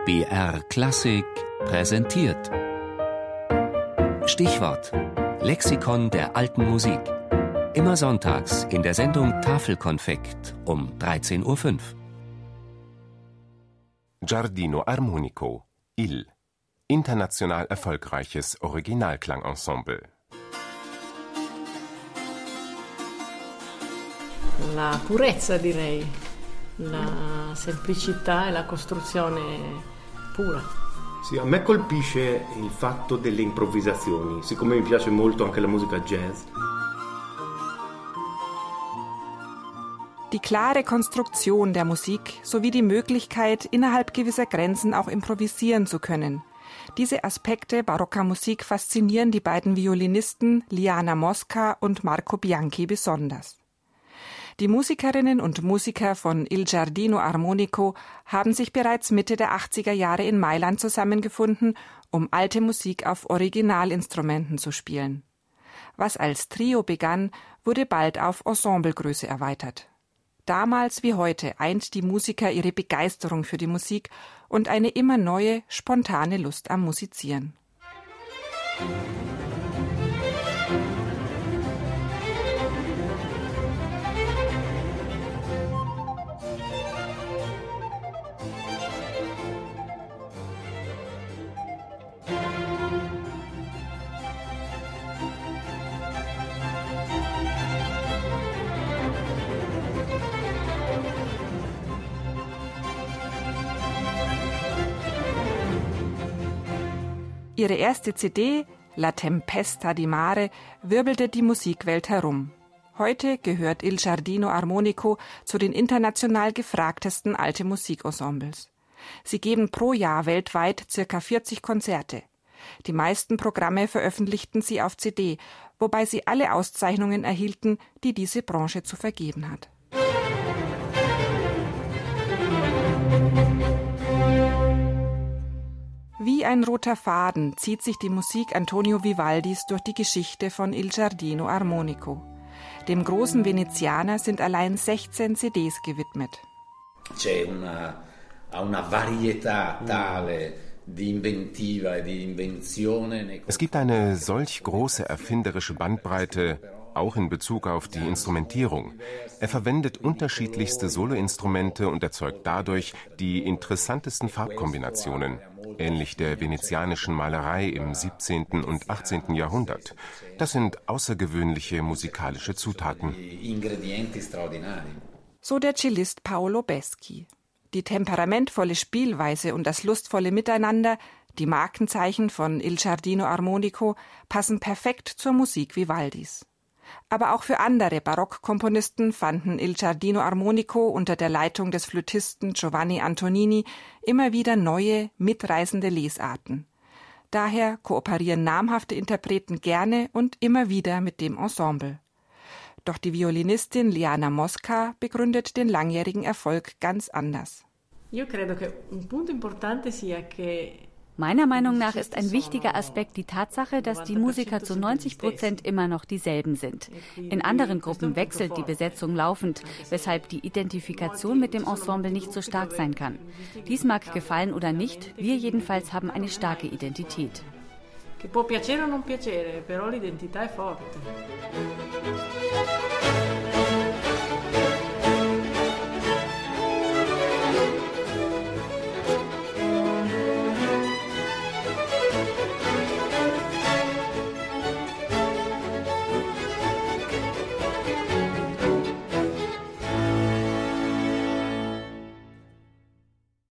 BR Klassik präsentiert. Stichwort: Lexikon der alten Musik. Immer sonntags in der Sendung Tafelkonfekt um 13:05 Uhr. Giardino Armonico, Il. International erfolgreiches Originalklangensemble. La purezza, direi, la semplicità e la costruzione pura. Sì, a me colpisce il fatto delle improvvisazioni, siccome mi piace molto anche la musica jazz. Die klare Konstruktion der Musik sowie die Möglichkeit, innerhalb gewisser Grenzen auch improvisieren zu können. Diese Aspekte barocker Musik faszinieren die beiden Violinisten Liana Mosca und Marco Bianchi besonders. Die Musikerinnen und Musiker von Il Giardino Armonico haben sich bereits Mitte der 80er Jahre in Mailand zusammengefunden, um alte Musik auf Originalinstrumenten zu spielen. Was als Trio begann, wurde bald auf Ensemblegröße erweitert. Damals wie heute eint die Musiker ihre Begeisterung für die Musik und eine immer neue, spontane Lust am Musizieren. Ihre erste CD, La Tempesta di Mare, wirbelte die Musikwelt herum. Heute gehört Il Giardino Armonico zu den international gefragtesten alte Musikensembles. Sie geben pro Jahr weltweit ca. 40 Konzerte. Die meisten Programme veröffentlichten sie auf CD, wobei sie alle Auszeichnungen erhielten, die diese Branche zu vergeben hat. Wie ein roter Faden zieht sich die Musik Antonio Vivaldis durch die Geschichte von Il Giardino Armonico. Dem großen Venezianer sind allein 16 CDs gewidmet. C'è una varietà tale di inventiva e di invenzione. Es gibt eine solch große erfinderische Bandbreite, auch in Bezug auf die Instrumentierung. Er verwendet unterschiedlichste Soloinstrumente und erzeugt dadurch die interessantesten Farbkombinationen, ähnlich der venezianischen Malerei im 17. und 18. Jahrhundert. Das sind außergewöhnliche musikalische Zutaten. So der Cellist Paolo Beschi. Die temperamentvolle Spielweise und das lustvolle Miteinander, die Markenzeichen von Il Giardino Armonico, passen perfekt zur Musik Vivaldis. Aber auch für andere Barockkomponisten fanden Il Giardino Armonico unter der Leitung des Flötisten Giovanni Antonini immer wieder neue, mitreißende Lesarten. Daher kooperieren namhafte Interpreten gerne und immer wieder mit dem Ensemble. Doch die Violinistin Liana Mosca begründet den langjährigen Erfolg ganz anders. Meiner Meinung nach ist ein wichtiger Aspekt die Tatsache, dass die Musiker zu 90% immer noch dieselben sind. In anderen Gruppen wechselt die Besetzung laufend, weshalb die Identifikation mit dem Ensemble nicht so stark sein kann. Dies mag gefallen oder nicht, wir jedenfalls haben eine starke Identität. Che può piacere o non piacere, però l'identità è forte.